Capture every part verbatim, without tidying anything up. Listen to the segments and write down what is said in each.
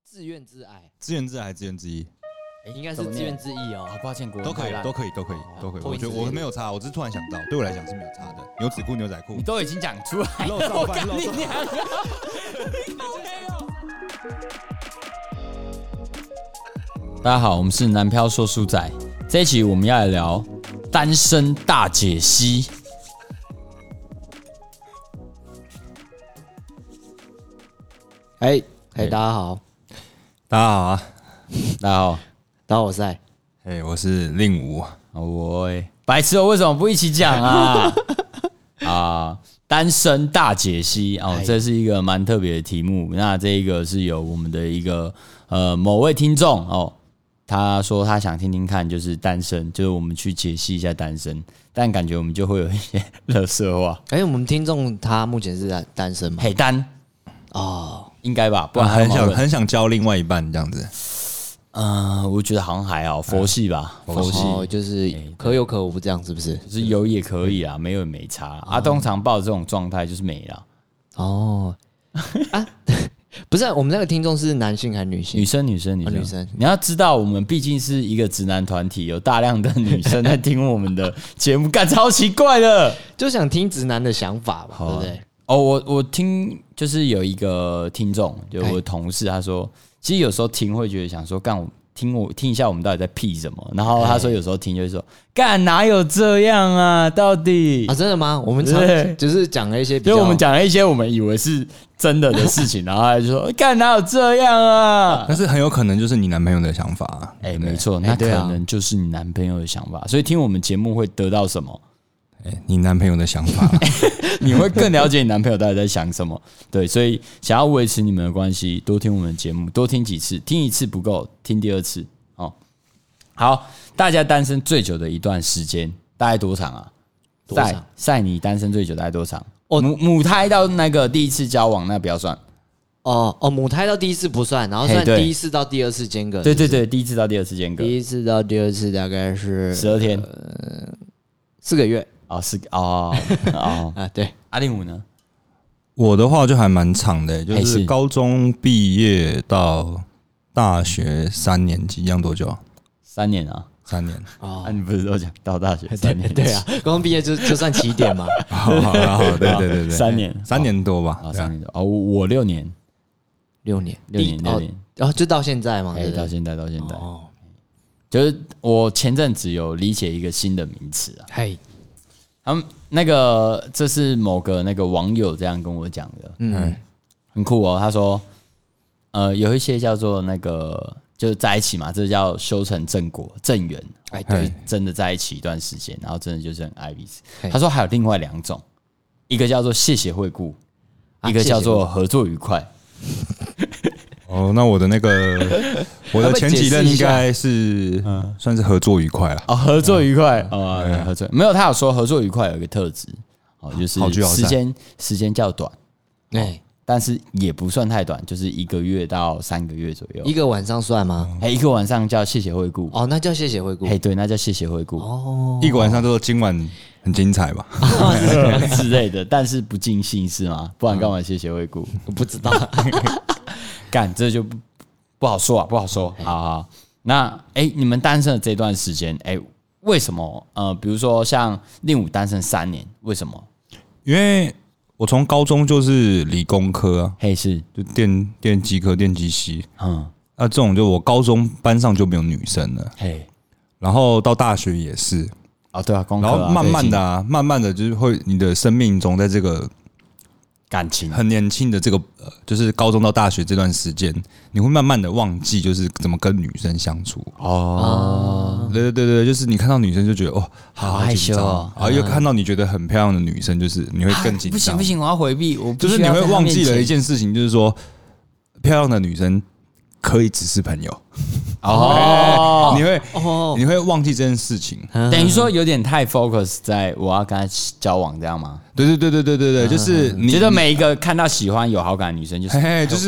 自怨自艾， 自怨自艾还是自怨自艾？ 应该是自怨自艾哦。 好抱歉，国文都可以，都可以，都可以，都可以。我觉得我没有差，我只是突然想到，对我来讲是没有差的。牛仔裤、牛仔裤， 你都已经讲出来了， 肉燥饭，肉燥饭。 大家好，我们是南漂说书仔，这一期我们要来聊单身大解析。 哎哎，大家好， 大家好啊， 大家好， 大家好，我是艾。 哎，我是令武。 我、欸、白痴，我为什么不一起讲啊？啊，单身大解析哦，这是一个蛮特别的题目。那这一个是由我们的一个呃某位听众哦，他说他想听听看，就是单身，就是我们去解析一下单身，但感觉我们就会有一些垃圾话。 哎、欸，我们听众他目前是单身吗？ 嘿，单哦， 应该吧，不然很想很想交另外一半这样子。 嗯、呃，我觉得好像还好，佛系吧，佛系、 哦、就是可有可无这样，是不是？ 就是有也可以啊，没有也没差啊。通常抱着这种状态就是没了。 哦，啊，不是、啊，我们那个听众是男性还是女性？ 女生，女生，女生， 哦、女生。 你要知道，我们毕竟是一个直男团体，有大量的女生在听我们的节目，干超奇怪的， 就想听直男的想法吧，对不对？ 哦，我我听就是有一个听众，就我的同事，他说，其实有时候听会觉得想说，干我听我听一下我们到底在屁什么，然后他说有时候听就会说，干哪有这样啊，到底啊真的吗？我们常就是讲了一些比较， 就我们讲了一些我们以为是真的的事情，然后他就说，干哪有这样啊？ 但是很有可能就是你男朋友的想法、啊， 哎、欸，没错，那可能就是你男朋友的想法，所以听我们节目会得到什么？ 欸、你男朋友的想法， 你会更了解你男朋友到底在想什么。对，所以想要维持你们的关系，多听我们的节目，多听几次，听一次不够，听第二次。哦，好，大家单身最久的一段时间大概多长啊？ 多长？ 赛赛你单身最久大概多长？哦，母母胎到那个第一次交往那不要算。 哦哦，母胎到第一次不算，然后算第一次到第二次间隔。 对对对，第一次到第二次间隔。 第一次到第二次大概是十二天， 呃，四个月。 哦，是哦哦啊，对， 阿令武呢？ 我的话就还蛮长的、欸，就是高中毕业到大学三年级，一样多久啊？ 三年啊， 三年。 哦， 啊，你不是都讲到大学三年？ 对啊，高中毕业就就算起点嘛。 好好好，对对对对， 三年， 三年多吧？ 啊，三年多。哦，我六年， 六年， 六年，六年， 然后就到现在嘛， 哎，到现在，到现在。 哦， 就是我前阵子有理解一个新的名词啊。 嘿。 他们那个这是某个那个网友这样跟我讲的，嗯，很酷哦。他说，呃，有一些叫做那个就是在一起嘛，这叫修成正果正缘，哎，对，真的在一起一段时间，然后真的就是很爱彼此。他说还有另外两种，一个叫做谢谢惠顾，一个叫做合作愉快。 哦，那我的那个我的前几任应该是算是合作愉快了。 哦，合作愉快哦，合作没有，他有说合作愉快有一个特质，哦，就是时间时间较短，对，但是也不算太短，就是一个月到三个月左右。 一个晚上算吗？ 哎，一个晚上叫谢谢惠顾。 哦，那叫谢谢惠顾。 哎，对，那叫谢谢惠顾。 哦， 一个晚上都说今晚很精彩吧之类的，但是不尽兴是吗？不然干嘛谢谢惠顾？ 我不知道。 干，这就 不, 不好说啊，不好说。好好，那哎、欸，你们单身的这段时间，哎、欸，为什么？呃，比如说像令武单身三年，为什么？ 因为我从高中就是理工科啊， 嘿是， 就电电机科、电机系， 嗯， 那、啊、这种就我高中班上就没有女生了，嘿，然后到大学也是， 哦对啊，工科啊， 然后慢慢的啊，慢慢的就是会你的生命中在这个。 感情很年轻的这个，呃，就是高中到大学这段时间，你会慢慢的忘记，就是怎么跟女生相处。哦，对对对对，就是你看到女生就觉得哦， 好害羞哦， 然后又看到你觉得很漂亮的女生，就是你会更紧张。 不行不行，我要回避，我就是你会忘记了一件事情，就是说漂亮的女生可以只是朋友。哦，你会哦，你会忘记这件事情， 等于说有点太 focus 在我要跟他交往这样吗？ 对对对对对对对，就是你觉得每一个看到喜欢有好感的女生，就是就是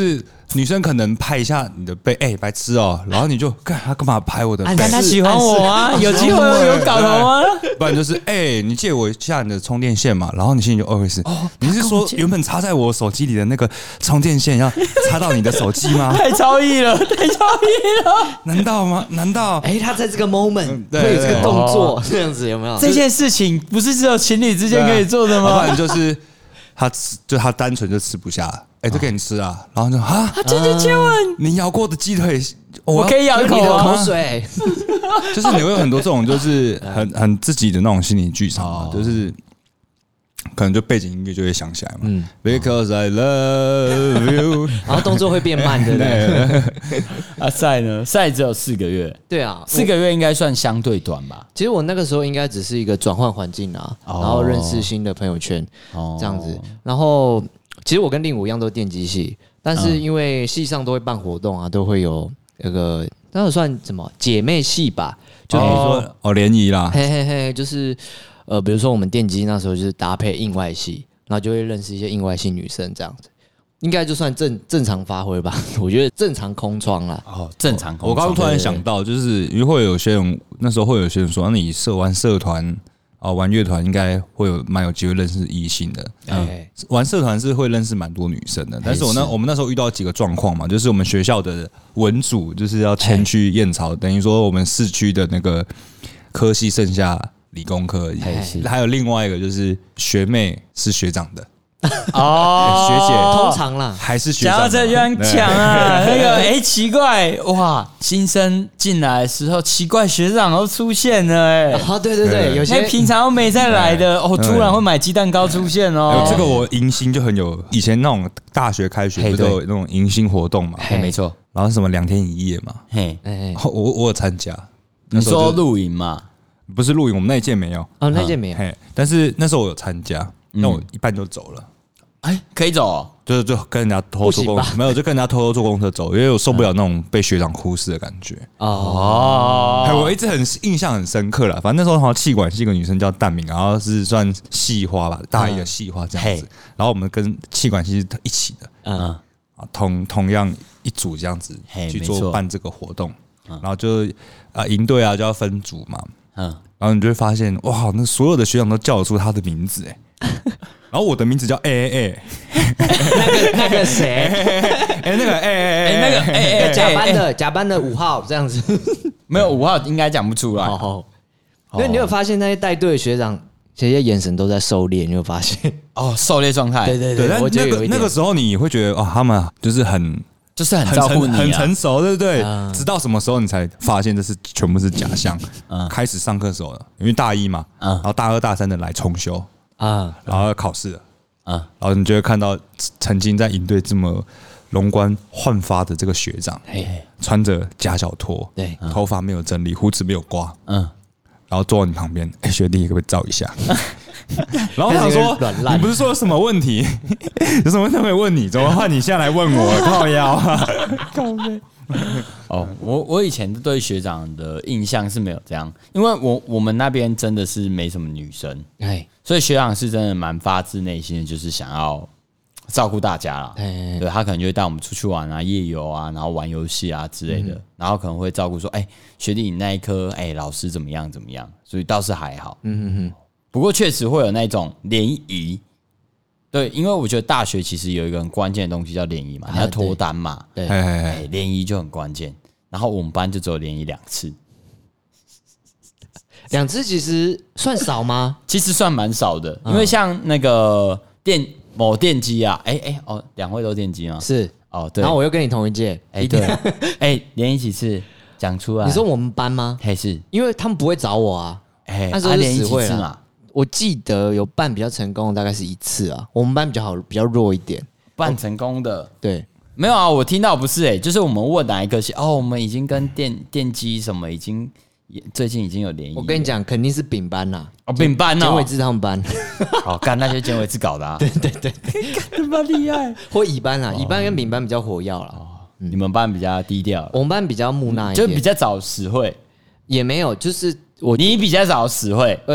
女生可能拍一下你的背，哎、欸，白痴哦、喔，然后你就干他干嘛拍我的背？ 他喜欢我啊，有机会有搞头啊。 不然就是哎、欸，你借我一下你的充电线嘛，然后你心里就 O S， 哦，你是说原本插在我手机里的那个充电线要插到你的手机吗？ 太超意了，太超意了！ 难道吗？难道？ 哎、欸，他在这个 moment 会有这个动作，哦、这样子有没有？ 这件事情不是只有情侣之间可以做的吗？ 不然就是他吃，就他单纯就吃不下。哎、欸，这给你吃啊！然后就啊， 他直接接吻， 你咬过的鸡腿， 我, 我可以咬一口啊！口水， 就是你会有很多这种，就是很很自己的那种心理剧场嘛，就是可能就背景音乐就会响起来嘛。嗯 ，Because I love you， 然后动作会变慢，对不对？ 啊，赛呢？赛只有四个月， 对啊， 四个月应该算相对短吧。 其实我那个时候应该只是一个转换环境啊，然后认识新的朋友圈，这样子，然后。其实我跟令武一样都是电机系，但是因为系上都会办活动啊，都会有那个那个算什么姐妹系吧？就比如说哦联谊啦， 嘿嘿嘿，就是呃，比如说我们电机那时候就是搭配应外系，然后就会认识一些应外系女生这样子，应该就算正正常发挥吧。我觉得正常空窗啦。 哦，正常空窗。 我刚刚突然想到，就是因为会有些人那时候会有些人说，那你社玩社团。哦，玩乐团应该会有蛮有机会认识异性的。嗯，玩社团是会认识蛮多女生的，但是我那我们那时候遇到几个状况嘛，就是我们学校的文组就是要迁去燕巢，等于说我们市区的那个科系剩下理工科而已，还有另外一个就是学妹是学长的。哦，学姐通常啦， 还是学长。 讲到这就很强啊，那个哎、欸、奇怪哇，新生进来的时候，奇怪学长都出现了哎、欸， 啊对对对，有些平常都没再来的哦，突然会买鸡蛋糕出现哦。 这个我迎新就很有，以前那种大学开学不都有那种迎新活动嘛？ 嘿，没错， 然后什么两天一夜嘛，嘿，我我有参加。 你说露营嘛？ 不是露营，我们那一届没有哦，那一届没有， 嘿，但是那时候我有参加。那我一半就走了， 哎、欸，可以走、哦， 就是就跟人家偷偷坐公车，没有就跟人家偷偷坐公车走，因为我受不了那种被学长忽视的感觉。哦，我一直很印象很深刻啦。反正那时候好像企管系一个女生叫淡敏，然后是算系花吧，大一的系花这样子。然后我们跟企管系是一起的，嗯，同同样一组这样子去做办这个活动，然后就啊营队啊就要分组嘛，嗯。然后你就会发现，哇，那所有的学长都叫得出他的名字哎，然后我的名字叫哎哎哎， 那个那个谁， 哎那个哎哎哎那个哎哎甲班的甲班的五号这样子， 没有五号应该讲不出来， 哦，因为你有发现那些带队的学长，这些眼神都在狩猎，你有发现？ 哦，狩猎状态， 对对对， 但那个那个时候你会觉得，哦，他们就是很。 就是很照顾你、啊， 很成熟，对不对？嗯、直到什么时候你才发现这是全部是假象？嗯、开始上课的时候了，因为大一嘛，嗯、然后大二大三的来重修啊，嗯、然后要考试了，嗯、然后你就会看到曾经在营队这么容光焕发的这个学长，穿着夹脚拖，对，嗯、头发没有整理，胡子没有刮，嗯，然后坐在你旁边，哎、欸，学弟可不可以照一下？然后他说：“你不是说有什么问题？有什么问题没问你？怎么换你现在来问我？靠腰啊！靠背。 哦，我我以前对学长的印象是没有这样，因为我我们那边真的是没什么女生，哎，所以学长是真的蛮发自内心的，就是想要照顾大家啦。对，他可能就会带我们出去玩啊、夜游啊，然后玩游戏啊之类的，嗯、然后可能会照顾说，哎、欸，学弟你那一科，哎、欸，老师怎么样怎么样，所以倒是还好。嗯哼哼。不过确实会有那种联谊，对，因为我觉得大学其实有一个很关键的东西叫联谊嘛，你要脱单嘛，对，联谊就很关键。然后我们班就只有联谊两次， 两次其实算少吗？ 其实算蛮少的，因为像那个电某电机啊，哎、欸、哎、欸、哦，两位都电机吗？ 是哦，对。 然后我又跟你同一届， 哎、欸、对，哎联谊几次讲出来？ 你说我们班吗？ 还是因为他们不会找我啊，哎、欸，那时候是死会嘛。我记得有办比较成功的大概是一次啊，我们班比较好，比较弱一点。 办成功的， 对， 没有啊，我听到不是哎、欸，就是我们问哪一个系哦，我们已经跟电电机什么已经最近已经有联谊。 我跟你讲，肯定是丙班啦， 哦，丙班哦， 简伟志他们班。 好干，那就是简伟志搞的啊。 对对对， 干他妈厉害。 或乙班啦，乙班跟丙班比较火药啦。 你们班比较低调， 我们班比较木讷一点， 就比较早死会， 也没有，就是我你比较早死会， 呃。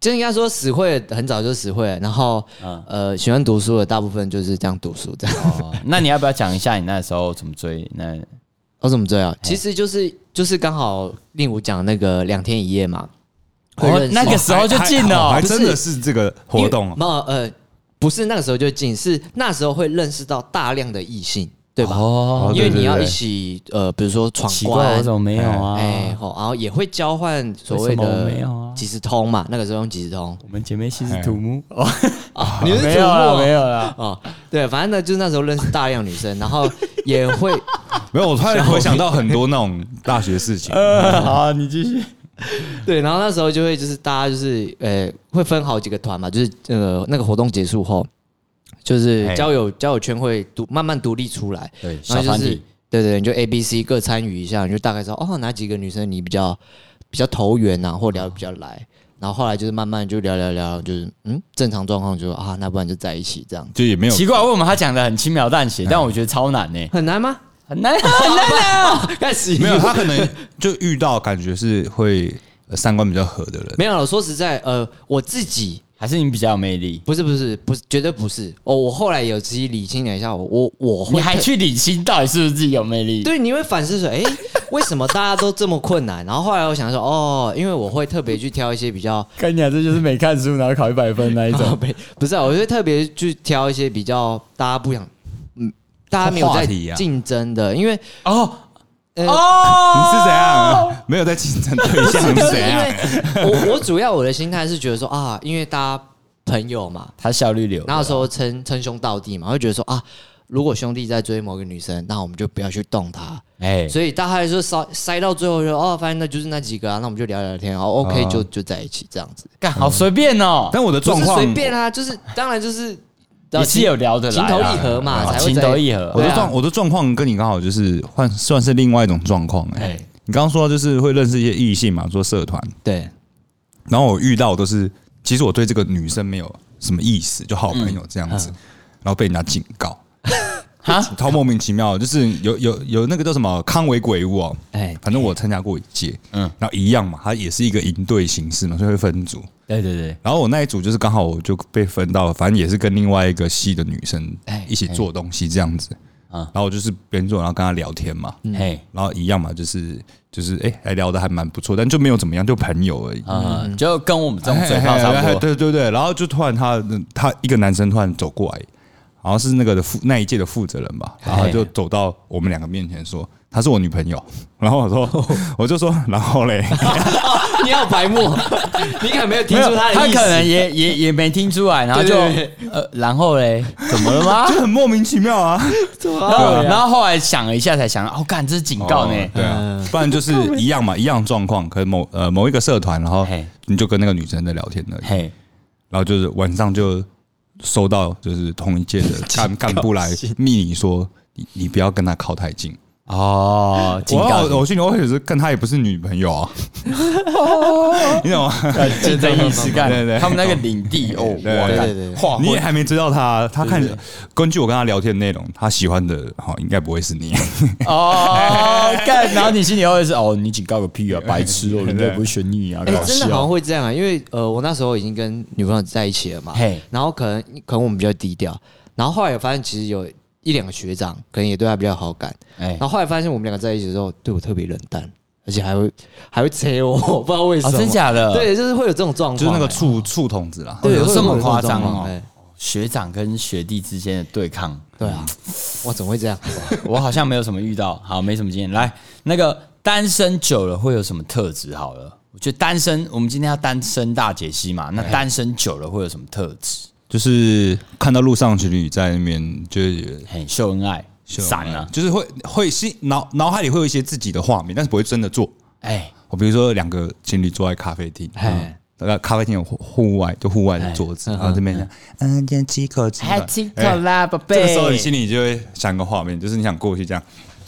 就应该说死会很早就死会了，然后、嗯、呃喜欢读书的大部分就是这样读书这样。 哦，那你要不要讲一下你那时候怎么追？那我、哦、怎么追啊？其实就是就是刚好令武讲那个两天一夜嘛，哦、 那个时候就进了、哦， 还真的是这个活动。 没有呃，不是那个时候就进，是那时候会认识到大量的异性。对吧？ 哦， 因为你要一起呃，比如说闯关， 我怎么没有啊？ 哎，然后也会交换所谓的即时通嘛，那个时候用即时通。 我们姐妹系是土木哦，你是土木？ 没有了，没有了。 哦，对，反正呢，就是那时候认识大量女生，然后也会没有。我突然回想到很多那种大学事情。 好，你继续。 对，然后那时候就会就是大家就是呃会分好几个团嘛，就是呃那个活动结束后。就是交友交友圈会独慢慢独立出来， 对， 然后就是对对，你就 A B C 各参与一下，你就大概知道哦哪几个女生你比较比较投缘啊，或聊得比较来，然后后来就是慢慢就聊聊聊，就是嗯正常状况就啊那不然就在一起这样， 就也没有奇怪，为什么他讲的很轻描淡写，但我觉得超难呢、欸， 很难吗？ 很难很难啊！ 开始没有，他可能就遇到感觉是会三观比较合的人， 没有，说实在呃我自己。 还是你比较有魅力？ 不是不是不是，绝对不是哦！我后来有自己理清了一下，我我我会， 你还去理清到底是不是自己有魅力？ 对，你会反思说，哎、欸，为什么大家都这么困难？然后后来我想说，哦，因为我会特别去挑一些比较， 跟你讲，这就是没看书然后考一百分那一种。 不是、啊，我会特别去挑一些比较大家不想，嗯，大家没有在竞争的，因为哦。 呃、哦，你是怎样？没有在竞争对象是怎样？ 我我主要我的心态是觉得说啊，因为大家朋友嘛， 他效率流， 那时候称称兄道弟嘛，会觉得说啊，如果兄弟在追某个女生，那我们就不要去动她。哎，所以大概就塞塞到最后就哦，反正那就是那几个啊，那我们就聊聊天，然后 OK 就就在一起这样子。 干好随便哦， 但我的状况随便啊，就是当然就是。 也是有聊的来， 情投意合嘛，才会情投意合。 我的状我的状况跟你刚好就是换算是另外一种状况哎。你刚刚说就是会认识一些异性嘛，做社团对。 然后我遇到都是，其实我对这个女生没有什么意思，就好朋友这样子，然后被人家警告，哈，超莫名其妙，就是有有有那个叫什么康维鬼屋哦，哎，反正我参加过一届，嗯，然后一样嘛，它也是一个营队形式嘛，所以会分组。 对对对， 然后我那一组就是刚好我就被分到，反正也是跟另外一个系的女生一起做东西这样子，然后我就是边做然后跟她聊天嘛，然后一样嘛，就是就是哎，还聊得还蛮不错，但就没有怎么样，就朋友而已， 嗯，就跟我们这种嘴炮差不多， 对对对，然后就突然他他一个男生突然走过来，好像是那个的负那一届的负责人吧，然后就走到我们两个面前说。她是我女朋友，然后我说，我就说，然后嘞， 你好白目，你可能没有听出他的意思， 他可能也也也没听出来，然后就呃，然后嘞，怎么了吗？ 就很莫名其妙啊， 然后然后后来想了一下，才想到，哦，干，这是警告呢， 对啊，不然就是一样嘛，一样状况，可能某呃某一个社团，然后你就跟那个女生在聊天而已，然后就是晚上就收到就是同一届的干干部来密你说，你你不要跟他靠太近。 哦， 我我心里我也是跟他也不是女朋友啊，你懂吗？ 竞争意识干， 对对， 他们那个领地哦， 对对对， 你也还没知道他，他看根据我跟他聊天内容，他喜欢的好应该不会是你哦，干，然后你心里会是哦，你警告个屁啊，白痴哦，人家也不会选你啊， 真的好像会这样啊，因为呃，我那时候已经跟女朋友在一起了嘛，然后可能可能我们比较低调，然后后来有发现其实有。一两个学长可能也对他比较好感，哎，然后后来发现我们两个在一起的时候，对我特别冷淡，而且还会还会催我，我不知道为什么， 真假的？ 对，就是会有这种状况， 就是那个触触筒子啦， 对，有这么夸张哦？学长跟学弟之间的对抗， 对啊，我怎么会这样？ 我好像没有什么遇到，好，没什么经验。来，那个单身久了会有什么特质？好了，我觉得单身，我们今天要单身大解析嘛，那单身久了会有什么特质？ 就是看到路上情侣在那边，就是很秀恩爱、闪啊， 就是会会是脑脑海里会有一些自己的画面，但是不会真的做。哎，我比如说两个情侣坐在咖啡厅，那个咖啡厅有户外，就户外的桌子，然后这边讲，嗯，今天几口鸡， 几口啦，宝贝。 这个时候你心里就会想个画面，就是你想过去这样。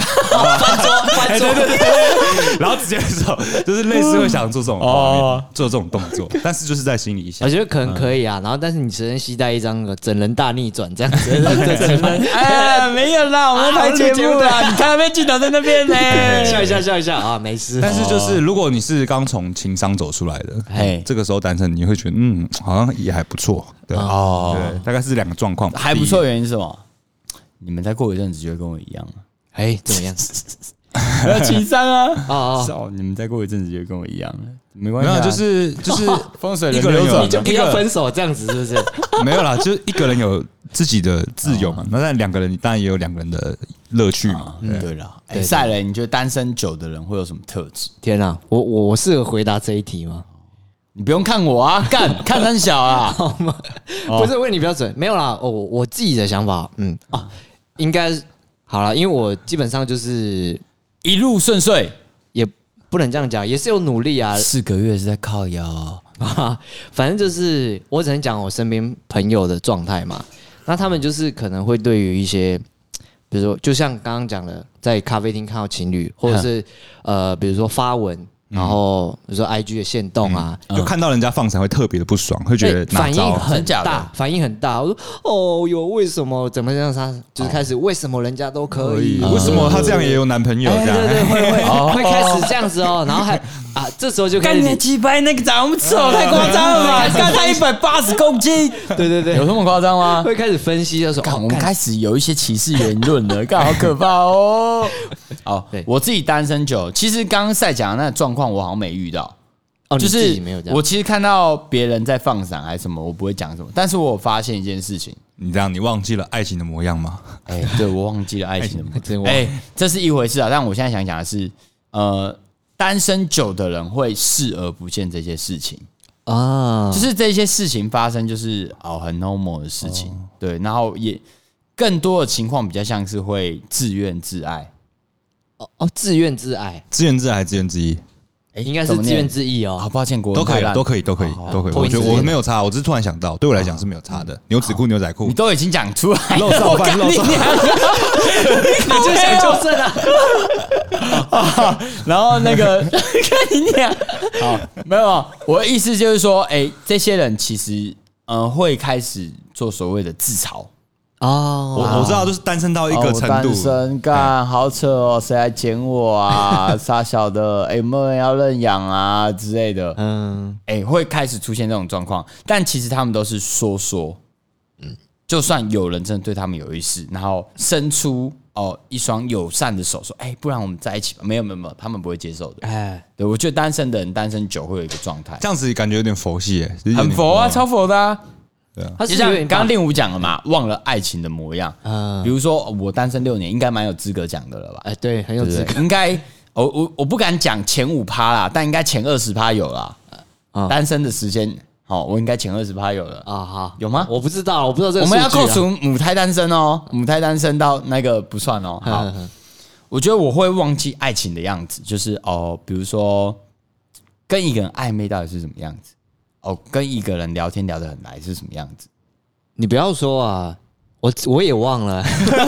翻桌翻桌， 对对对，然后直接手就是类似会想做这种画面，做这种动作，但是就是在心里想， 我觉得可能可以啊。然后，但是你只能携带一张整人大逆转这样子，整人哎，没有啦，我们拍节目啦，你看那镜头在那边呢， 笑一下笑一下啊，没事。 但是就是如果你是刚从情伤走出来的，哎，这个时候单身你会觉得嗯，好像也还不错，对哦，对，大概是两个状况， 还不错，原因是什么？你们再过一阵子就会跟我一样了。 哎，怎么样？ 没有情商啊！哦哦，你们再过一阵子就会跟我一样了，没关系。 没有，就是就是风水一个人有， 你就不要分手这样子，是不是？ 没有啦，就是一个人有自己的自由嘛，那但两个人当然也有两个人的乐趣嘛。 对啦，哎，赛雷，你觉得单身久的人会有什么特质？ 天啊，我我我适合回答这一题吗？ 你不用看我啊，干看很小啊， 不是问你标准，没有啦。哦，我自己的想法，嗯啊，应该好了，因为我基本上就是一路顺遂， 也不能这样讲，也是有努力啊。 四个月是在靠腰啊，反正就是我只能讲我身边朋友的状态嘛。那他们就是可能会对于一些，比如说，就像刚刚讲的，在咖啡厅看到情侣，或者是呃，比如说发文。然后比如说 I G 的限动啊， 就看到人家放闪会特别的不爽，会觉得反应很大，反应很大。我说哦哟，为什么怎么样？他就是开始为什么人家都可以， 为什么他这样也有男朋友？这样对对，会会会开始这样子哦。然后还啊，这时候就开始干你鸡掰那个长那么丑，太夸张了吧？干他一百八十公斤， 对对对， 有这么夸张吗？ 会开始分析的时候， 我们开始有一些歧视言论了，干好可怕哦。哦，我自己单身久，其实刚刚赛讲的那个状况，我好像没遇到。 哦， 就是我其实看到别人在放闪还是什么，我不会讲什么。但是我发现一件事情， 你这样，你忘记了爱情的模样吗？ 哎，对我忘记了爱情的模样。哎，这是一回事啊。但我现在想讲的是，呃，单身久的人会视而不见这些事情啊，就是这些事情发生，就是哦很 normal 的事情。对，然后也更多的情况比较像是会自怨自艾。 哦哦，自怨自艾， 自怨自艾还是自怨自艾？ 应该是自怨自艾哦。 好，抱歉，国都可以，都可以，都可以，都可以。我觉得我没有差，我只是突然想到，对我来讲是没有差的。牛仔裤、牛仔裤， 你都已经讲出来， 肉燥饭、肉燥饭， 你就想纠正啊？然后那个，看你俩，好，没有，我的意思就是说，哎，这些人其实呃会开始做所谓的自嘲。 哦， 我我知道，就是单身到一个程度， 单身干好扯哦，谁来捡我啊？傻小的，哎，有没有人要认养啊之类的？嗯，哎，会开始出现这种状况，但其实他们都是说说，嗯，就算有人真的对他们有意思，然后伸出哦一双友善的手，说，哎，不然我们在一起吧？没有没有没有，他们不会接受的。哎，对我觉得单身的人单身久会有一个状态， 这样子感觉有点佛系，哎， 很佛啊，超佛的啊。 他就像刚刚令武讲了嘛，忘了爱情的模样。嗯，比如说我单身六年，应该蛮有资格讲的了吧？ 哎，对，很有资格。 应该我我我不敢讲前五趴啦，但应该前二十趴有啦。单身的时间，好，我应该前二十趴有了啊。好，有吗？ 我不知道，我不知道这个。 我们要扣除母胎单身哦，母胎单身到那个不算哦。好，我觉得我会忘记爱情的样子，就是哦，比如说跟一个人暧昧到底是什么样子。哦，跟一个人聊天聊得很来是什么样子？ 你不要说啊，我我也忘了。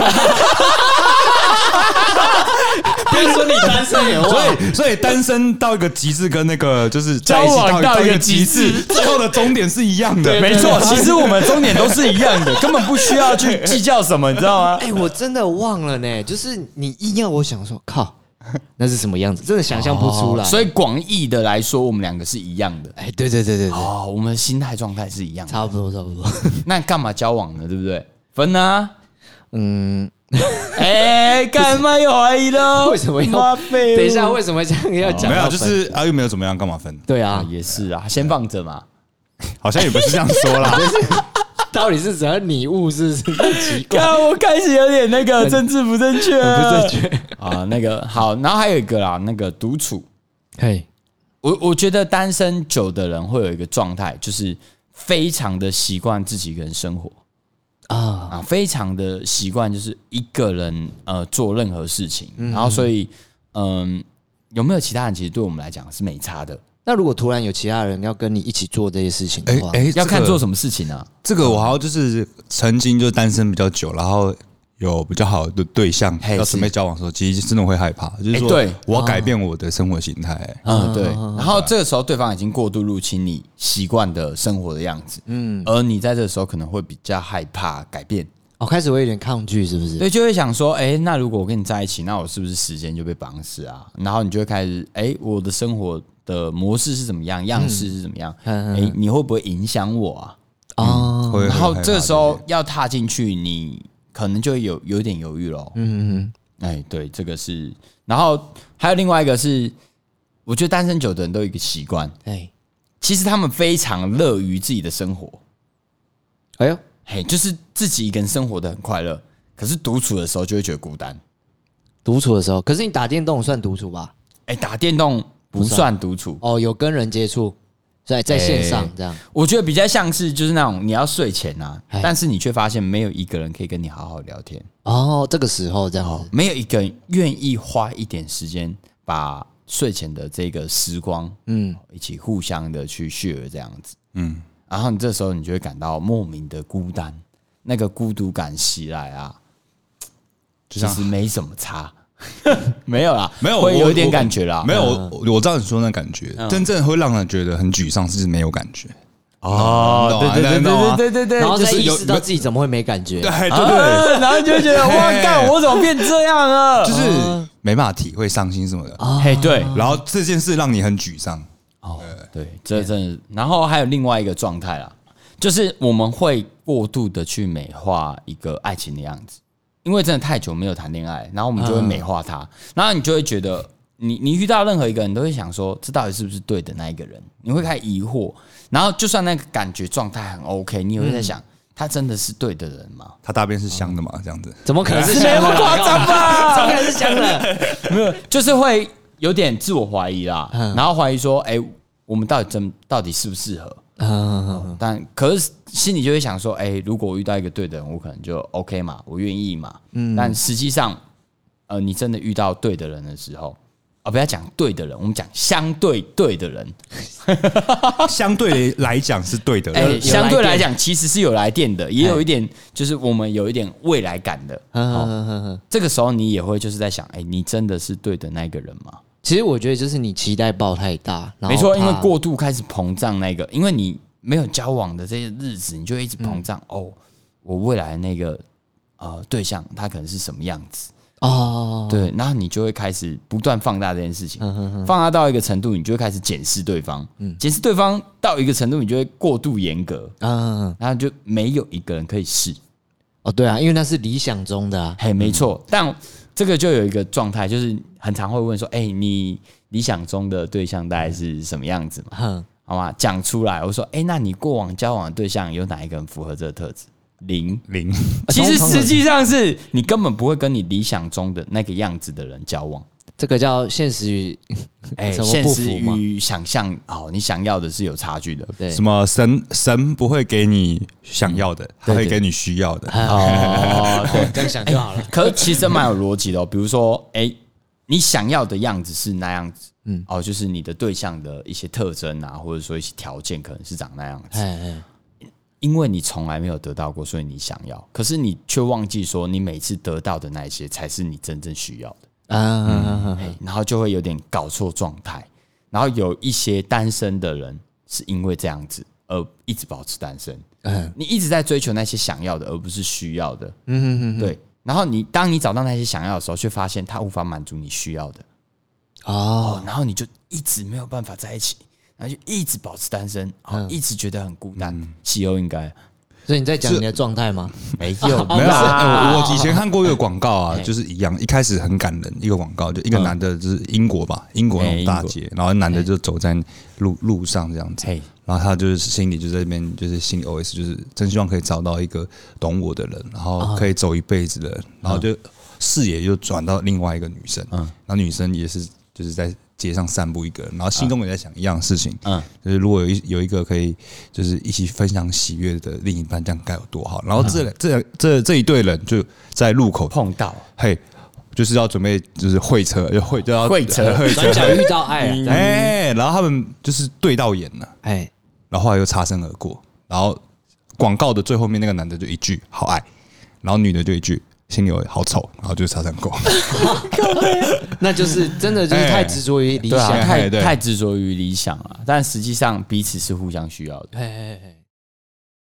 不要说你单身也忘了， 所以所以单身到一个极致，跟那个就是在一起到一个极致，最后的终点是一样的。 没错，其实我们终点都是一样的，根本不需要去计较什么，你知道吗？ 哎，我真的忘了呢，就是你硬要我想说，靠。那是什么样子？真的想象不出来。 哦、所以广义的来说，我们两个是一样的。 哎，对对对对对。 哦，我们的心态状态是一样的， 差不多差不多。 那干嘛交往呢？对不对？分啊。 嗯。 哎，干嘛有怀疑了？ 为什么要？等一下，为什么这样要讲？ 没有，就是啊，又没有怎么样，干嘛分？ 对啊， 也是啊，先放着嘛。 好像也不是这样说啦。 到底是怎样拟物？是不是很奇怪？ 我开始有点那个政治不正确， 不正确啊。那个好，然后还有一个啦，那个独处。嘿，我我觉得单身久的人会有一个状态，就是非常的习惯自己一个人生活啊啊，非常的习惯就是一个人呃做任何事情，然后所以嗯，有没有其他人其实对我们来讲是没差的。 那如果突然有其他人要跟你一起做这些事情的话， 哎、欸欸，要看做什么事情啊。 这个我好像就是曾经就单身比较久，然后有比较好的对象要准备交往的时候，其实真的会害怕，就是说，对我要改变我的生活形态。 嗯，对。然后这个时候，对方已经过度入侵你习惯的生活的样子，嗯，而你在这个时候可能会比较害怕改变。 哦，开始会有点抗拒，是不是？ 对，就会想说，哎，那如果我跟你在一起，那我是不是时间就被绑死啊？然后你就会开始，哎，我的生活的模式是怎么样，样式是怎么样？哎，你会不会影响我啊？哦，然后这个时候要踏进去，你可能就有有点犹豫咯。嗯嗯，哎，对，这个是。然后还有另外一个是，我觉得单身久的人都有一个习惯，哎，其实他们非常乐于自己的生活。哎呦。嘿，就是自己一个人生活的很快乐，可是独处的时候就会觉得孤单。 独处的时候，可是你打电动算独处吧？ 哎、欸，打电动不算独处哦，有跟人接触，在在线上这样、欸。 我觉得比较像是就是那种你要睡前啊，但是你却发现没有一个人可以跟你好好聊天。 哦，这个时候这样子， 哦、没有一个人愿意花一点时间把睡前的这个时光，嗯，一起互相的去 share 这样子，嗯。然后你这时候你就会感到莫名的孤单，那个孤独感袭来啊，其实没什么差，没有啦， 没有会有一点感觉啦， 没有，我我知道你说那感觉，嗯、真正会让人觉得很沮丧是没有感觉。 哦，对对对对对对对， 然后再意识到自己怎么会没感觉， 对对对， 然后就会觉得哇，干我怎么变这样了？ 就是没办法体会伤心什么的， 嘿对， 然后这件事让你很沮丧。 哦，对，这真的。然后还有另外一个状态啦，就是我们会过度的去美化一个爱情的样子，因为真的太久没有谈恋爱，然后我们就会美化它，然后你就会觉得，你你遇到任何一个人都会想说，这到底是不是对的那一个人？你会开始疑惑，然后就算那个感觉状态很 OK， 你也会在想，他真的是对的人吗？ 他大便是香的吗？这样子， 怎么可能是香的？ 那么夸张吧？ 怎么可能是香的？ 没有，就是会。有点自我怀疑啦，嗯、然后怀疑说，哎、欸，我们到底真到底适不适合？嗯、但可是心里就会想说，哎、欸，如果我遇到一个对的人，我可能就 OK 嘛，我愿意嘛。嗯、但实际上，呃，你真的遇到对的人的时候，啊、哦，不要讲对的人，我们讲相对对的人， 相对来讲是对的人， 欸、相对来讲其实是有来电的，也有一点就是我们有一点未来感的。哦、这个时候你也会就是在想，哎、欸，你真的是对的那个人吗？ 其实我觉得就是你期待抱太大， 没错，因为过度开始膨胀那个，因为你没有交往的这些日子，你就一直膨胀、嗯、哦，我未来的那个呃对象他可能是什么样子哦，对，然后你就会开始不断放大这件事情，嗯、哼哼放大到一个程度，你就会开始检视对方，嗯，检视对方到一个程度，你就会过度严格，嗯，然后就没有一个人可以试， 哦，对啊，因为那是理想中的啊， 嘿，没错，嗯、但这个就有一个状态，就是很常会问说，哎、欸，你理想中的对象大概是什么样子嘛？嗯、好吗？讲出来，我说，哎、欸，那你过往交往的对象有哪一个人符合这个特质？零零， 其实实际上是你根本不会跟你理想中的那个样子的人交往。 这个叫现实与哎，现实与想象哦，你想要的是有差距的。 对，什么神神不会给你想要的，他会给你需要的。 哦，对，这样想就好了。 可是其实蛮有逻辑的哦。比如说，哎，你想要的样子是那样子，嗯，哦，就是你的对象的一些特征啊，或者说一些条件，可能是长那样子。因为你从来没有得到过，所以你想要，可是你却忘记说，你每次得到的那些才是你真正需要的啊、嗯，然后就会有点搞錯狀態。然後有一些單身的人是因為這樣子而一直保持單身，嗯，你一直在追求那些想要的，而不是需要的，嗯哼哼哼，對。然後你當你找到那些想要的時候，卻發現它無法滿足你需要的，哦，然後你就一直沒有辦法在一起。然後就一直保持單身，嗯、一直覺得很孤單。西歐應該， 所以你在講你的狀態嗎？ 沒有， 沒有、欸。我以前看過一個廣告啊，就是一樣，一開始很感人，一個廣告，就一個男的，就是英國吧，英國那種大街，然後男的就走在路路上這樣子，然後他就是心裡就在那邊，就是心裡 O S， 就是真希望可以找到一個懂我的人，然後可以走一輩子的人，然後就視野就轉到另外一個女生，然後女生也是就是在街上散步一個人，然後心中也在想一樣的事情，嗯，就是如果有一有一個可以就是一起分享喜悅的另一半，這樣該有多好。然後這這這這一對人就在路口碰到， 嘿，就是要準備就是會車，就會就要會車， 轉角遇到愛， 哎，然後他們就是對到眼了，哎，然後後來又擦身而過，然後廣告的最後面那個男的就一句好愛，然後女的就一句心里好丑，然后就擦身过。 那就是真的就是太执着于理想， 太太执着于理想了，但实际上彼此是互相需要的。